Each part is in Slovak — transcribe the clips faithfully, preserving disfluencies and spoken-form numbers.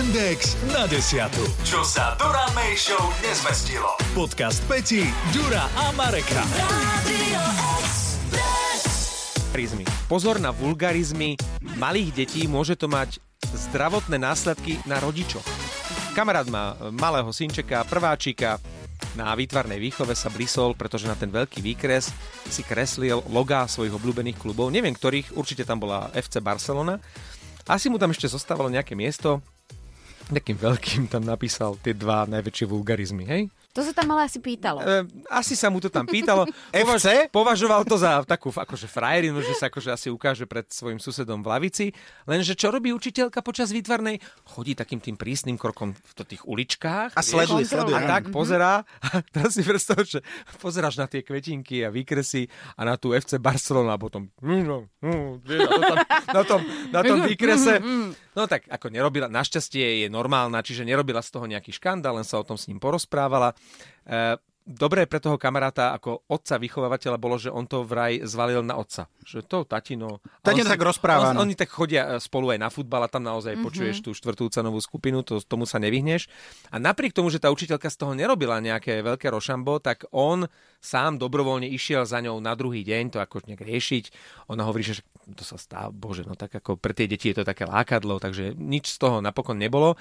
Index na desiatu. Čo sa Dura May Show nezmestilo. Podcast Peti, Dura a Mareka. Vulgarizmy. Pozor na vulgarizmy malých detí, môže to mať zdravotné následky na rodičoch. Kamarát má malého synčeka, prváčika, na výtvarnej výchove sa blisol, pretože na ten veľký výkres si kreslil logá svojich obľúbených klubov, neviem ktorých, určite tam bola ef cé Barcelona. Asi mu tam ešte zostávalo nejaké miesto, takým veľkým tam napísal tie dva najväčšie vulgarizmy, hej? To sa tam ale asi pýtalo. E, asi sa mu to tam pýtalo. ef cé? Považoval to za takú akože frajerinu, že sa akože asi ukáže pred svojim susedom v lavici. Lenže čo robí učiteľka počas výtvarnej? Chodí takým tým prísnym krokom v tých uličkách. A sleduje, sleduje. A tak pozerá. A teraz si predstav, že pozeráš na tie kvetinky a výkresy a na tú ef cé Barcelona a potom na tom, na tom výkrese. No tak ako nerobila, našťastie je normálna, čiže nerobila z toho nejaký škandál, len sa o tom s ním porozprávala. Uh, dobré pre toho kamaráta ako otca vychovávateľa bolo, že on to vraj zvalil na otca. Že to tatino... Tatino tak rozpráva. On, oni tak chodia spolu aj na futbal a tam naozaj mm-hmm. počuješ tú štvrtú cenovú skupinu, to, tomu sa nevyhneš. A napriek tomu, že tá učiteľka z toho nerobila nejaké veľké rošambo, tak on sám dobrovoľne išiel za ňou na druhý deň to ako nejak riešiť. Ona hovorí, že to sa stáva, bože, no tak ako pre tie deti je to také lákadlo, takže nič z toho napokon nebolo.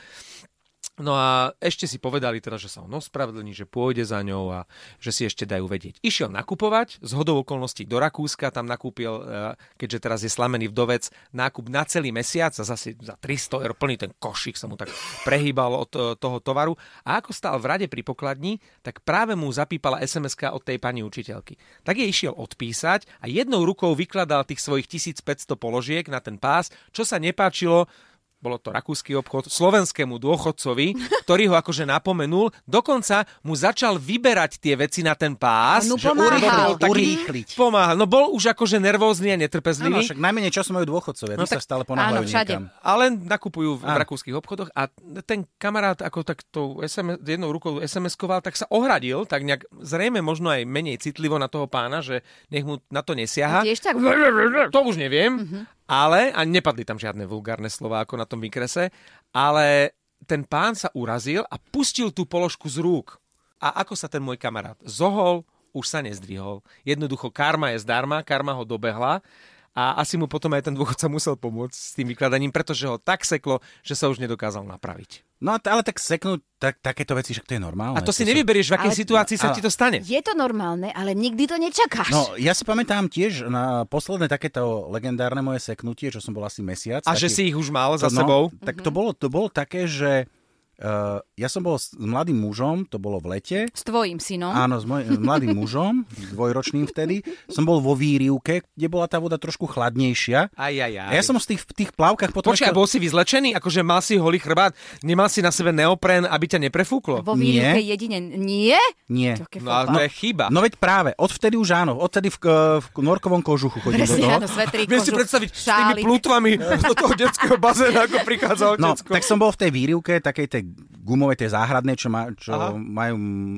No a ešte si povedali teda, že sa on ospravedlní, že pôjde za ňou a že si ešte dajú vedieť. Išiel nakupovať, z hodou okolností do Rakúska, tam nakúpil, keďže teraz je slamený vdovec, nákup na celý mesiac a zase za tristo eur plný ten košík sa mu tak prehýbal od toho tovaru. A ako stál v rade pri pokladni, tak práve mu zapípala es em eska od tej pani učiteľky. Tak jej išiel odpísať a jednou rukou vykladal tých svojich tisícpäťsto položiek na ten pás, čo sa nepáčilo. Bolo to rakúsky obchod, slovenskému dôchodcovi, ktorý ho akože napomenul. Dokonca mu začal vyberať tie veci na ten pás. No, že pomáhal. Urýchliť. Pomáhal. No bol už akože nervózny a netrpezlivý. Áno, však najmenej času majú dôchodcovia, No tí tak- sa stále ponáhľajú áno, všade. niekam. Ale nakupujú v, v Áno. rakúskych obchodoch a ten kamarát ako tak tou es em es, jednou rukou es em eskoval, tak sa ohradil, tak nejak zrejme možno aj menej citlivo na toho pána, že nech mu na to nesiaha. Tiež tak... To už neviem, ale, a nepadli tam žiadne vulgárne slová ako na tom výkrese, ale ten pán sa urazil a pustil tú položku z rúk. A ako sa ten môj kamarát zohol, už sa nezdvihol. Jednoducho karma je zdarma, karma ho dobehla a asi mu potom aj ten dôchodca musel pomôcť s tým vykladaním, pretože ho tak seklo, že sa už nedokázal napraviť. No ale tak seknúť tak, takéto veci, že to je normálne. A to si sú- nevyberieš, v akej Ale- situácii sa ale- ti to stane. Je to normálne, ale nikdy to nečakáš. No, ja si pamätám tiež na posledné takéto legendárne moje seknutie, čo som bol asi mesiac. A že taký- si ich už mal za no, sebou. Tak to bolo, to bolo také, že uh, ja som bol s mladým mužom, to bolo v lete. S tvojím synom. Áno, s mojim mladým mužom, dvojročným vtedy. Som bol vo výrivke, kde bola tá voda trošku chladnejšia. Aj, aj, aj. A ja som z tých, v tých plavkách potom... Počkaj, ešte- bol si vyzlečený? Akože mal si holý chrbát? Nemal si na sebe neopren, aby ťa neprefúklo? Vo výrivke jedine... Nie? Nie. To No ale to je chyba. No veď práve, odvtedy už áno, odtedy v, v norkovom kožuchu chodím do Presne, toho. áno, svetrík, Viem si kožuch, predstaviť s tými šálik. plutvami do toho detského bazéna, ako prichádza No, otecko. tak som bol v tej výrivke, takej tej gumovej, tej záhradnej, čo, má, čo Aha. majú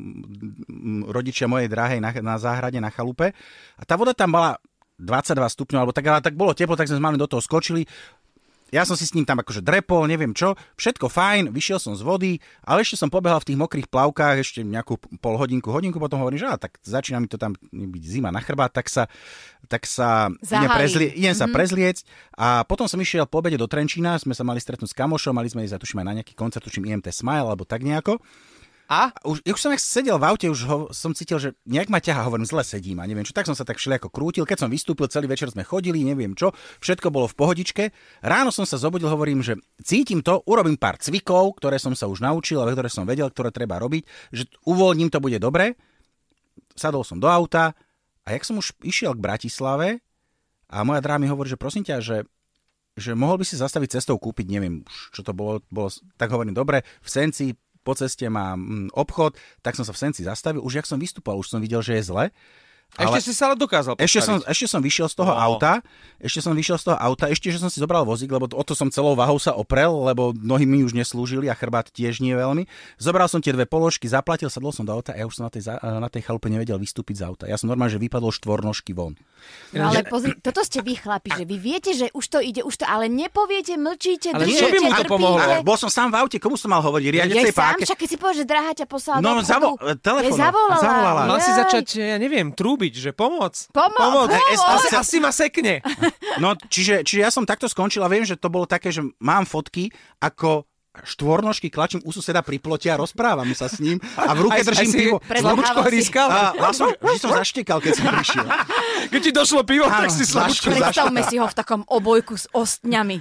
mm, rodičia mojej drahej na, na záhrade, na chalupe. A tá voda tam bola dvadsaťdva stupňov, alebo tak, ale tak bolo teplo, tak sme mali do toho skočili. Ja som si s ním tam akože drepol, neviem čo, všetko fajn, vyšiel som z vody, ale ešte som pobehal v tých mokrých plavkách ešte nejakú pol hodinku, hodinku, potom hovorím, že á, tak začína mi to tam byť zima na chrbát, tak sa, tak sa idem, prezlie, idem sa mm-hmm. prezliecť a potom som išiel po obede do Trenčína, sme sa mali stretnúť s kamošom, mali sme ísť, tuším, aj na nejaký koncert, tuším í em té Smile, alebo tak nejako. A? A už, už som jak sedel v aute, už ho, som cítil, že nejak ma ťaha, hovorím, zle sedím a neviem čo, tak som sa tak všelijako krútil, keď som vystúpil, celý večer sme chodili, neviem čo, všetko bolo v pohodičke. Ráno som sa zobudil, hovorím, že cítim to, urobím pár cvikov, ktoré som sa už naučil, ale ktoré som vedel, ktoré treba robiť, že uvoľním, to bude dobre. Sadol som do auta a jak som už išiel k Bratislave a moja dráha mi hovorí, že prosím ťa, že že mohol by si zastaviť cestou kúpiť, neviem, čo to bolo, bolo tak hovorím, dobre, v Senci po ceste mám obchod, tak som sa v Senci zastavil. Už jak som vystúpal, už som videl, že je zle. A ešte ale, si sa ale dokázal ešte som, ešte som vyšiel z toho no. auta, ešte som vyšiel z toho auta, ešte, že som si zobral vozík, lebo o to som celou váhou sa oprel, lebo nohy mi už neslúžili a chrbát tiež nie veľmi. Zobral som tie dve položky, zaplatil, sadol som do auta a ja už som na tej, na tej chalupe nevedel vystúpiť z auta. Ja som normálne, že vypadol štvornožky von. No ale pozri, toto ste vy chlapi, že vy viete, že už to ide, už to, ale nepoviete, mlčíte, ale držíte, by mu to pomohlo? trpíte. Bol som sám v aute, komu som mal hovoriť? Riadiacej ja páke. Sám, však keď si povedal, že drahá ťa poslala no, do obchodu. Zavo- telefónom. Zavolala. Zavolala. Mal si začať, ja neviem, trúbiť, že pomoc. Pomoc, pomoc. Asi, asi ma sekne. No, čiže, čiže ja som takto skončil a viem, že to bolo také, že mám fotky, ako štvornožky klačím u suseda pri plote a rozprávam sa s ním a v ruke aj, držím aj pivo. Slabučko hrískal? A, a som, že som zaštekal, keď som prišiel. Keď ti došlo pivo, áno, tak si slabučko zaštekal. Predstavme si ho v takom obojku s ostňami.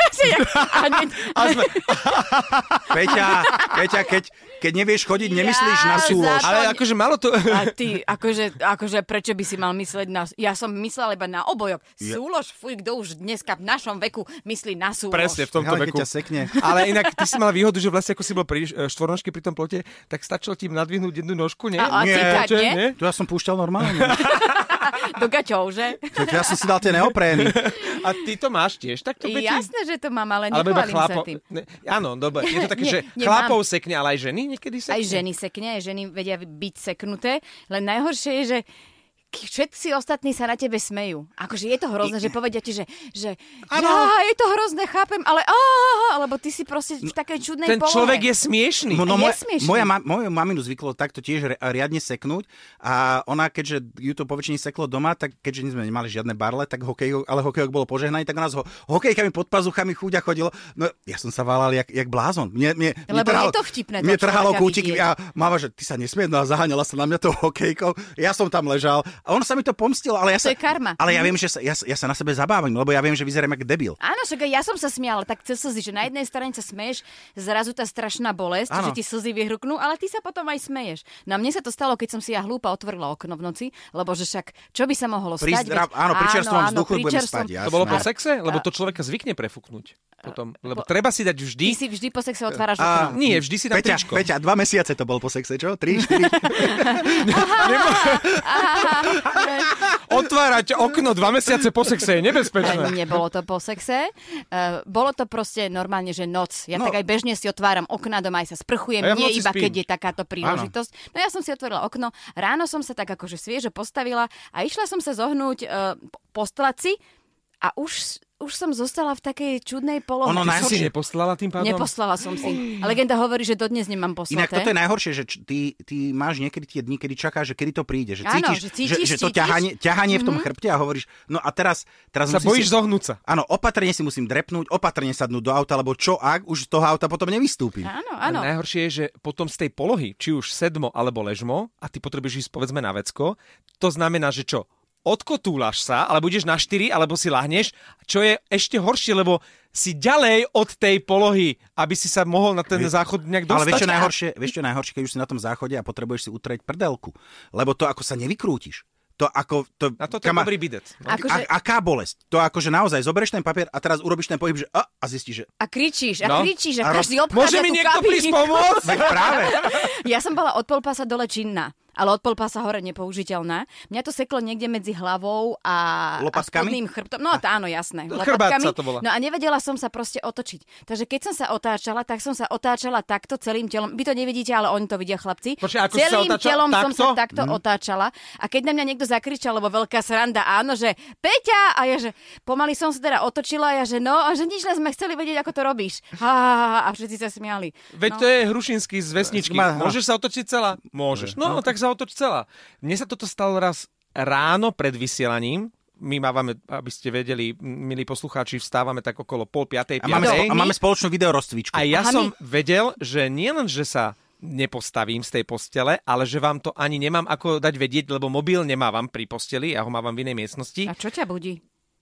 Peťa, Peťa, keď, keď nevieš chodiť, nemyslíš ja, na súlož. Ale akože malo to... A ty, akože, akože prečo by si mal mysleť na... Ja som myslela iba na obojok. Súlož, fuj, kto už dneska v našom veku myslí na súlož. Presne, v tomto ale veku. Ale inak ty si mal výhodu, že vlastne ako si bol pri štvornožke pri tom plote, tak stačilo ti nadvihnúť jednu nožku, nie? A, a nie. cíkať, nie? nie? To ja som púšťal normálne. Do gaťov, že? Tak ja som si dal tie neoprény. A ty to máš tiež takto, Beti? Jasné, že to mám, ale Alebo nechválim chlapo... sa tým. Ne, áno, dobre. Je to také, Nie, že nemám. chlapov sekne, ale aj ženy niekedy sekne? Aj ženy sekne, aj ženy vedia byť seknuté, len najhoršie je, že všetci ostatní sa na tebe smejú. Akože je to hrozné, že povedia ti, že, že ja, je to hrozné, chápem, ale á, lebo ty si proste v takej čudnej Ten polohe. človek je smiešný. No, no, je moja, smiešný. moja, ma, moja maminu zvyklo takto tiež riadne seknúť a ona, keďže ju to poväčšine seklo doma, tak keďže sme nemali žiadne barle, tak hokej, ale hokejok bolo požehnaný, tak u nás ho, hokejkami pod pazuchami chúďa chodilo. No ja som sa válal jak, jak blázon. Mne, mne, Lebo mne trhalo, je to vtipné. Mne trhalo kútiky vidieť. a mama, že ty sa nesmie, no a zaháňala sa na mňa tou hokejkou. Ja som tam ležal a on sa mi to pomstil, ale ja to sa, je karma. ale ja viem, že sa, ja, ja sa na sebe zabávam, lebo ja viem, že vyzerám jak debil. Áno, však ja som sa smiala, tak cez slzy, že na jednej strane sa smeješ, zrazu tá strašná bolesť, áno. že ti slzy vyhruknú, ale ty sa potom aj smeješ. No a mne sa to stalo, keď som si ja hlúpa otvorila okno v noci, lebo že však, čo by sa mohlo Pri stať? zdra... Veď, áno, pri čerstvom áno, vzduchu pri budeme čerstvom... spať. To bolo po A- sexe? Lebo to človeka zvykne prefúknúť. Potom, lebo treba si dať vždy... Ty si vždy po sexe otváraš A- okno. Nie, vždy si dám Peťa, tričko. Peťa, dva mesiace to bol po sexe, čo? Tri, štyri? Otvárať okno dva mesiace po sexe je nebezpečné. Nebolo to po sexe. Uh, bolo to proste normálne, že noc. Ja No. tak aj bežne si otváram okna doma, aj sa sprchujem, A ja v nie noci iba spím. keď je takáto príležitosť. Áno. No ja som si otvorila okno, ráno som sa tak akože svieže postavila a išla som sa zohnúť, uh, postlať si a už... Už som zostala v takej čudnej polohe. Ono Ty najhoršie- si neposlala tým pádom? Neposlala som si. A legenda hovorí, že dodnes nemám poslaté. Inak toto je najhoršie, že č- ty, ty máš niekedy tie dni, kedy čakáš, že kedy to príde. Že Áno, cítiš, že cítiš, že, že to cítiš. ťahanie, ťahanie mm-hmm. v tom chrbte a hovoríš, no a teraz... teraz Sa musím bojíš si, zohnúť sa. Áno, opatrne si musím drepnúť, opatrne sadnúť do auta, lebo čo ak už z toho auta potom nevystúpim. Áno, A áno. najhoršie je, že potom z tej polohy, či už sedmo alebo ležmo, a ty potrebuješ ísť povedzme na vecko, to znamená, že čo? Odkotúlaš sa, alebo ideš na štyri, alebo si lahneš, čo je ešte horšie, lebo si ďalej od tej polohy, aby si sa mohol na ten záchod nejak dostať. Ale vieš čo najhoršie, vieš čo najhoršie, keď už si na tom záchode a potrebuješ si utrieť prdelku, lebo to ako sa nevykrútiš. To ako... To, Na toto je kama, dobrý bidet. No. Akože... a, aká bolesť? To akože naozaj, zoberieš ten papier a teraz urobíš ten pohyb, že a, a zistíš, že... A kričíš, a No. kričíš, a A roz- každý obchádza Môže mi tú niekto kabínu. prísť pomôcť? Veď práve. Ja som bola od polpasa dole činná, ale od polpasa hore nepoužiteľná. Mňa to seklo niekde medzi hlavou a, a Lopatkami? spodným chrbtom. No to áno, jasné. Chrbát sa to volá. No a nevedela som sa proste otočiť. Takže keď som sa otáčala, tak som sa otáčala takto celým telom. Vy to nevidíte, ale oni to vidia, chlapci. Počkaj, ako si sa celým otáčala? telom som Takto? sa takto mm. otáčala. A keď na mňa niekto zakričal, lebo veľká sranda, áno, že Peťa! A ja, že pomaly som sa teda otočila a ja, že no, a že nič len sme chceli vedieť, ako to robíš. Ha, ha, ha, a všetci sa smiali. Veď No. to je Hrušinský z vesničky. Ma- Môžeš sa otočiť celá? Môžeš. No, tak sa otoč celá. Mne sa toto stalo raz ráno pred vysielaním. My mávame, aby ste vedeli, milí poslucháči, vstávame tak okolo pol piatej, A máme, piatej. spo- a máme spoločnú videorozcvičku. A ja Aha, som my- vedel, že nielen, že sa nepostavím z tej postele, ale že vám to ani nemám ako dať vedieť, lebo mobil nemávam pri posteli, ja ho mávam v inej miestnosti. A čo ťa budí?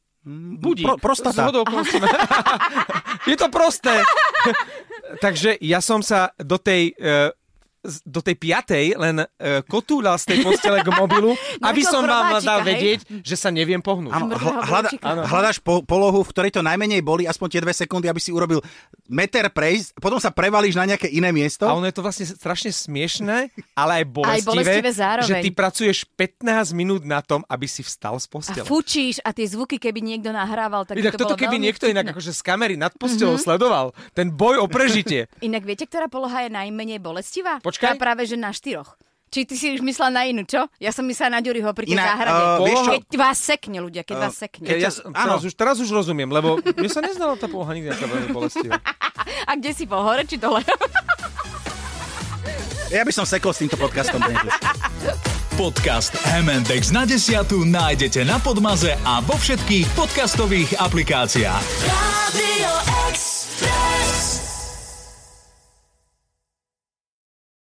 Budí. Pro- prostata. Z hodou okolností. Je to prosté. Takže ja som sa do tej... E, do tej piatej len uh, kotúľal z tej postele k mobilu, aby som vám dal vedieť, že sa neviem pohnúť. Áno, hľada, hľadaš po, polohu, v ktorej to najmenej boli, aspoň tie dve sekundy, aby si urobil meter prejsť, potom sa prevalíš na nejaké iné miesto. A ono je to vlastne strašne smiešné, ale aj bolestivé, aj bolestivé zároveň. Že ty pracuješ pätnásť minút na tom, aby si vstal z postele. A fučíš a tie zvuky, keby niekto nahrával, tak inak to toto bolo keby niekto vtipné. inak akože z kamery nad postelou mm-hmm. sledoval, ten boj o prežitie. Inak viete, ktorá poloha je najmenej bolestivá? Počkaj. Tá práve, že na štyroch. Či ty si už myslela na inú, čo? Ja som myslela na Ďuriho pri tej Inak, záhrade. uh, vieš čo? Keď vás sekne, ľudia, keď uh, vás sekne. Ja, ja, teraz, už, teraz už rozumiem, lebo mne sa nezdala tá poloha nikdy taká veľmi bolestivá. A kde si, po hore, či dole? Ja by som sekol s týmto podcastom. Podcast em and iks na desiatu nájdete na Podmaze a vo všetkých podcastových aplikáciách. Radio